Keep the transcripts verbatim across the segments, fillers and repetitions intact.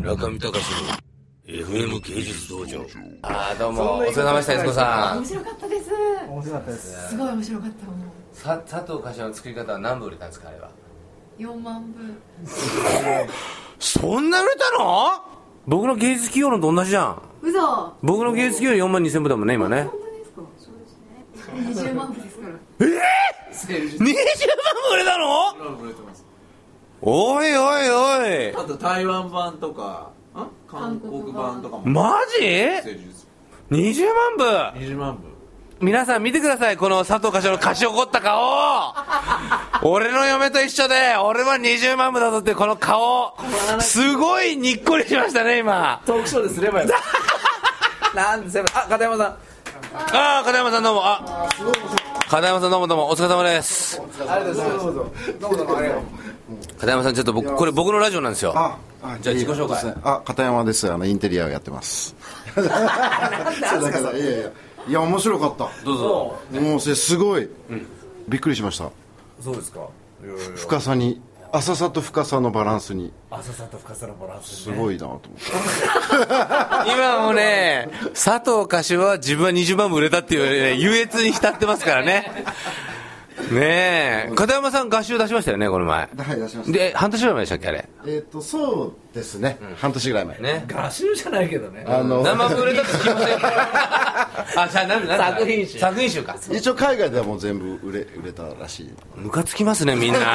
中見隆の エフエム 芸術道場。ああ、どうもお疲れ様でした。悦子さん、 面白かったです。 面白かったです。 すごい面白かった。もうさ佐藤柏の作り方は何部売れたんですか？あれはよんまんぶ。 そんな売れたの？僕の芸術企業のと同じじゃん。 嘘。 僕の芸術企業よんまんにせんぶだもんね今ね。 本当ですか？そうですね。にじゅうまんぶですから。 えー、にじゅうまんぶ売れたの？ 売れてます。 おいおいおい。 あと台湾版とか韓国版とかも。 マジ？にじゅうまんぶ。 にじゅうまんぶ。 皆さん見てください、この佐藤柏の勝ち怒った顔。俺の嫁と一緒で俺はにじゅうまんぶだぞってこの顔、すごいにっこりしましたね今。 トークショーですればよなんでせめあ片山さん、 ああ片山さんどうも。あ片山さんどうもどうもお疲れ様です。 ありがとうございます。どうもどうもありがとう。 片山さんちょっと僕これ僕のラジオなんですよ。 ああじゃあ自己紹介。 あ片山です。あのインテリアをやってます。そうだからいやいやいや面白かった。 どうぞ。 もうすごい、うん、びっくりしました。 そうですか。いやいや深さに浅さと深さのバランスに浅さと深さのバランス、 ね、すごいなと思って今もね佐藤柏は自分はにじゅうまんぶ売れたっていう、ね、優越に浸ってますからね。ねえ片山さん合集出しましたよねこの前。 はい出しました。 で半年ぐらい前でしたっけあれ。 えっ、ー、とそうですね、うん、半年ぐらい前ね。 合集じゃないけどね、 あの何万部売れたって聞きませんあじゃあ何何作品集作品集か。 一応海外ではもう全部売れ売れたらしい。 ムカつきますねみんな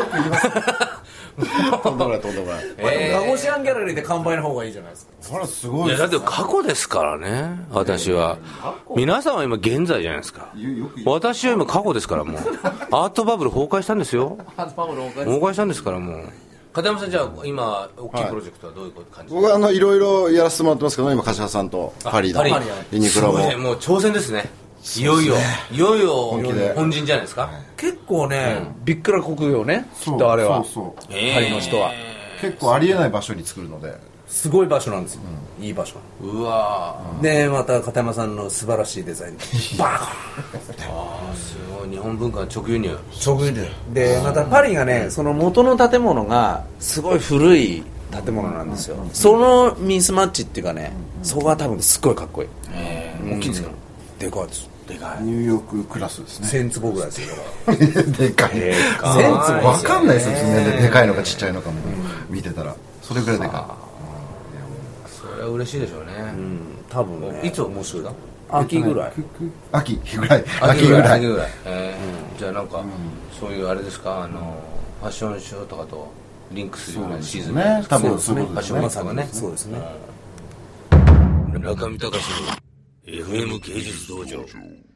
とんでもないとんでもない、 えー、ガゴシアンギャラリーで完売の方がいいじゃないですか。 それすごい。 いやだって過去ですからね私は。皆さんは今現在じゃないですか。私は今過去ですから。もうアートバブル崩壊したんですよ。 アートバブル崩壊崩壊したんですからもう。片山さんじゃあ今大きいプロジェクトはどういう感じですか？ 僕はあのいろいろやらせてもらってますけど今柏さんとパリのパリユニクロも、 ね、もう挑戦ですね。いよいよいよいよ本陣じゃないですか。 結構ね、うん、ビックラ国業ねきっとあれは。 そうそうそうパリの人は結構ありえない場所に作るのですごい場所なんですよ、うん、いい場所。 うわでまた片山さんの素晴らしいデザインバーンあーすごい日本文化の直輸入直輸入でまたパリがねその元の建物がすごい古い建物なんですよ。そのミスマッチっていうかねそこが多分すっごいかっこいい。大きいんですか？でかいです。 でかい。 ニューヨーククラスですね。 せん坪ぐらいですよ。 でかい。せん坪分かんないですよね。でかいのかちっちゃいのかも見てたらそれぐらいでかい。それは嬉しいでしょうね。 うん多分ね。 いつ面白いだ？ 秋ぐらい。 秋ぐらい。 秋ぐらい。秋ぐらい。えー、じゃあなんか、うん、そういうあれですかあのファッションショーとかとリンクするようなシーズンね。多分そういうことですね。 ファッションマンね。 そうですね。 中見隆の エフエム 芸術道場。